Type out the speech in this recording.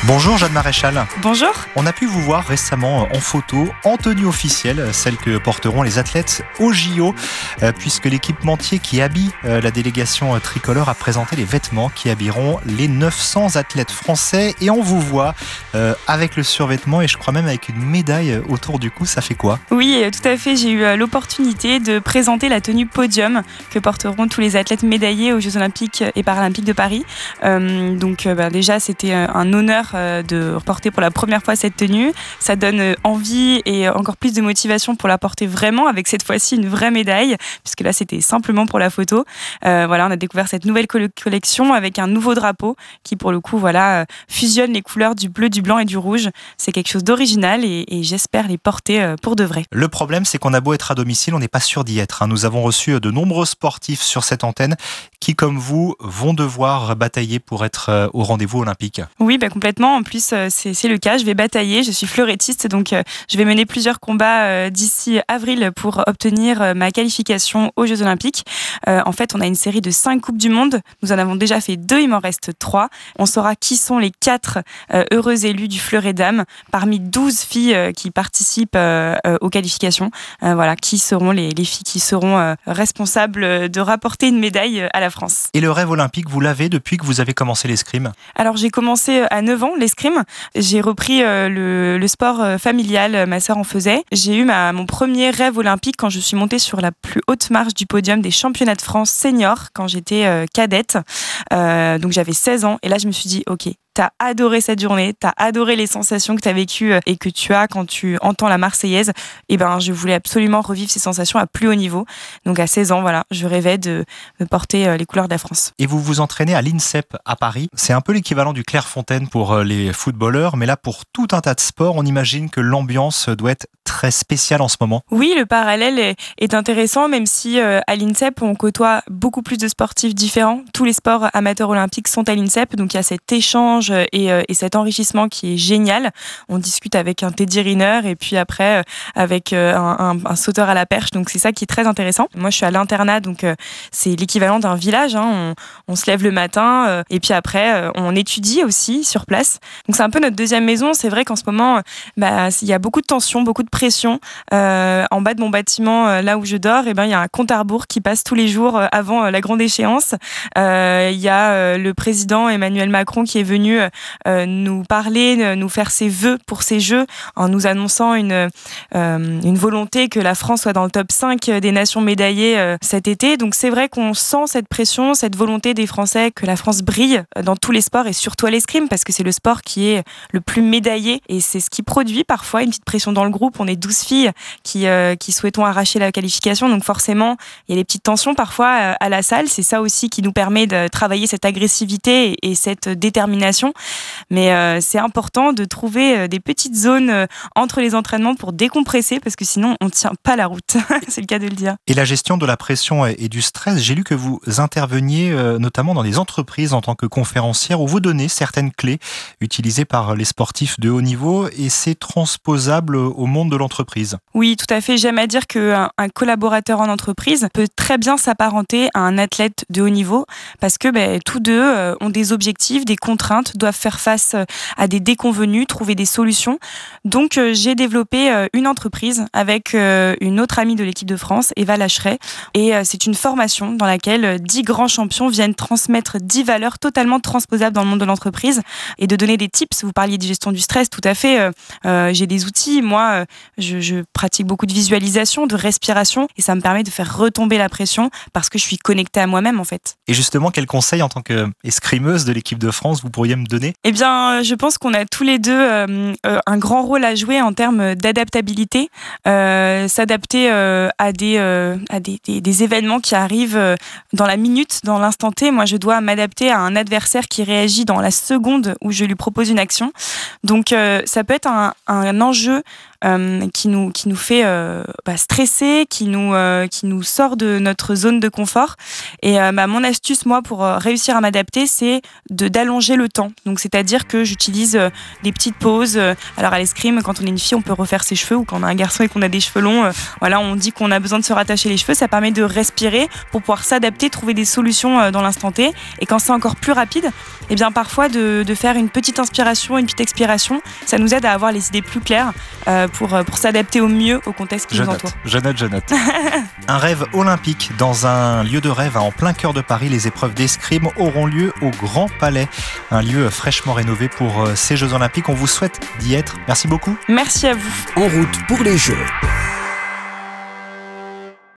Bonjour Jeanne Maréchal. Bonjour. On a pu vous voir récemment en photo, en tenue officielle, celle que porteront les athlètes au JO, puisque l'équipementier qui habille la délégation tricolore a présenté les vêtements qui habilleront les 900 athlètes français. Et on vous voit avec le survêtement et je crois même avec une médaille autour du cou. Ça fait quoi ? Oui, tout à fait. J'ai eu l'opportunité de présenter la tenue podium que porteront tous les athlètes médaillés aux Jeux Olympiques et Paralympiques de Paris. Déjà, c'était un honneur de porter pour la première fois cette tenue. Ça donne envie et encore plus de motivation pour la porter vraiment, avec cette fois-ci une vraie médaille, puisque là c'était simplement pour la photo. On a découvert cette nouvelle collection avec un nouveau drapeau qui pour le coup fusionne les couleurs du bleu, du blanc et du rouge. C'est quelque chose d'original et j'espère les porter pour de vrai. Le problème, c'est qu'on a beau être à domicile, on n'est pas sûr d'y être. Nous avons reçu de nombreux sportifs sur cette antenne qui, comme vous, vont devoir batailler pour être au rendez-vous olympique. Oui, complètement. En plus, c'est le cas. Je vais batailler. Je suis fleurettiste, donc je vais mener plusieurs combats d'ici avril pour obtenir ma qualification aux Jeux Olympiques. En fait, on a une série de 5 Coupes du Monde. Nous en avons déjà fait 2, il m'en reste 3. On saura qui sont les 4 heureux élus du fleuret dames parmi 12 filles qui participent aux qualifications. Qui seront les filles qui seront responsables de rapporter une médaille à la France. Et le rêve olympique, vous l'avez depuis que vous avez commencé l'escrime ? Alors, j'ai commencé à 9 ans l'escrime. J'ai repris le sport familial, ma sœur en faisait. J'ai eu mon premier rêve olympique quand je suis montée sur la plus haute marche du podium des championnats de France senior quand j'étais cadette. Donc j'avais 16 ans et là je me suis dit ok, t'as adoré cette journée, t'as adoré les sensations que t'as vécues et que tu as quand tu entends la Marseillaise. Et je voulais absolument revivre ces sensations à plus haut niveau. Donc à 16 ans, je rêvais de porter les couleurs de la France. Et vous vous entraînez à l'INSEP à Paris. C'est un peu l'équivalent du Clairefontaine pour les footballeurs, mais là pour tout un tas de sports, on imagine que l'ambiance doit être très spéciale en ce moment. Oui, le parallèle est intéressant, même si à l'INSEP, on côtoie beaucoup plus de sportifs différents. Tous les sports amateurs olympiques sont à l'INSEP, donc il y a cet échange et cet enrichissement qui est génial. On discute avec un Teddy Riner et puis après avec un sauteur à la perche, donc c'est ça qui est très intéressant. Moi, je suis à l'internat, donc c'est l'équivalent d'un village. On se lève le matin et puis après, on étudie aussi sur place. Donc c'est un peu notre deuxième maison. C'est vrai qu'en ce moment, il y a beaucoup de tension, beaucoup de pression. En bas de mon bâtiment, là où je dors, il y a un compte à rebours qui passe tous les jours avant la grande échéance. Il y a le président Emmanuel Macron qui est venu nous parler, nous faire ses vœux pour ces Jeux en nous annonçant une volonté que la France soit dans le top 5 des nations médaillées cet été. Donc c'est vrai qu'on sent cette pression, cette volonté des Français que la France brille dans tous les sports et surtout à l'escrime parce que c'est le sport qui est le plus médaillé et c'est ce qui produit parfois une petite pression dans le groupe. On est 12 filles qui souhaitons arracher la qualification, donc forcément il y a des petites tensions parfois à la salle. C'est ça aussi qui nous permet de travailler cette agressivité et cette détermination. Mais c'est important de trouver des petites zones entre les entraînements pour décompresser parce que sinon on ne tient pas la route. C'est le cas de le dire. Et la gestion de la pression et du stress, j'ai lu que vous interveniez notamment dans des entreprises en tant que conférencière où vous donnez certaines clés utilisées par les sportifs de haut niveau et c'est transposable au monde de l'entreprise. Oui, tout à fait. J'aime à dire qu'un collaborateur en entreprise peut très bien s'apparenter à un athlète de haut niveau parce que tous deux ont des objectifs, des contraintes, doivent faire face à des déconvenus, trouver des solutions. Donc, j'ai développé une entreprise avec une autre amie de l'équipe de France, Eva Lacheret. Et c'est une formation dans laquelle 10 grands champions viennent transmettre 10 valeurs totalement transposables dans le monde de l'entreprise et de donner des tips. Vous parliez de gestion du stress, tout à fait. J'ai des outils. Moi, je pratique beaucoup de visualisation, de respiration et ça me permet de faire retomber la pression parce que je suis connectée à moi-même en fait. Et justement, quel conseil en tant qu'escrimeuse de l'équipe de France vous pourriez me donner ? Eh bien, je pense qu'on a tous les deux un grand rôle à jouer en termes d'adaptabilité, s'adapter à des événements qui arrivent dans la minute, dans l'instant T. Moi, je dois m'adapter à un adversaire qui réagit dans la seconde où je lui propose une action. Donc, ça peut être un enjeu qui nous fait stresser, qui nous sort de notre zone de confort. Et mon astuce, moi, pour réussir à m'adapter, c'est d'allonger le temps. Donc, c'est-à-dire que j'utilise des petites pauses. Alors, à l'escrime, quand on est une fille, on peut refaire ses cheveux, ou quand on a un garçon et qu'on a des cheveux longs, on dit qu'on a besoin de se rattacher les cheveux. Ça permet de respirer pour pouvoir s'adapter, trouver des solutions dans l'instant T. Et quand c'est encore plus rapide, eh bien, parfois, de faire une petite inspiration, une petite expiration, ça nous aide à avoir les idées plus claires pour s'adapter au mieux au contexte qui nous entoure. Je note. Un rêve olympique dans un lieu de rêve en plein cœur de Paris. Les épreuves d'escrime auront lieu au Grand Palais, un lieu fraîchement rénové pour ces Jeux Olympiques. On vous souhaite d'y être. Merci beaucoup. Merci à vous. En route pour les Jeux.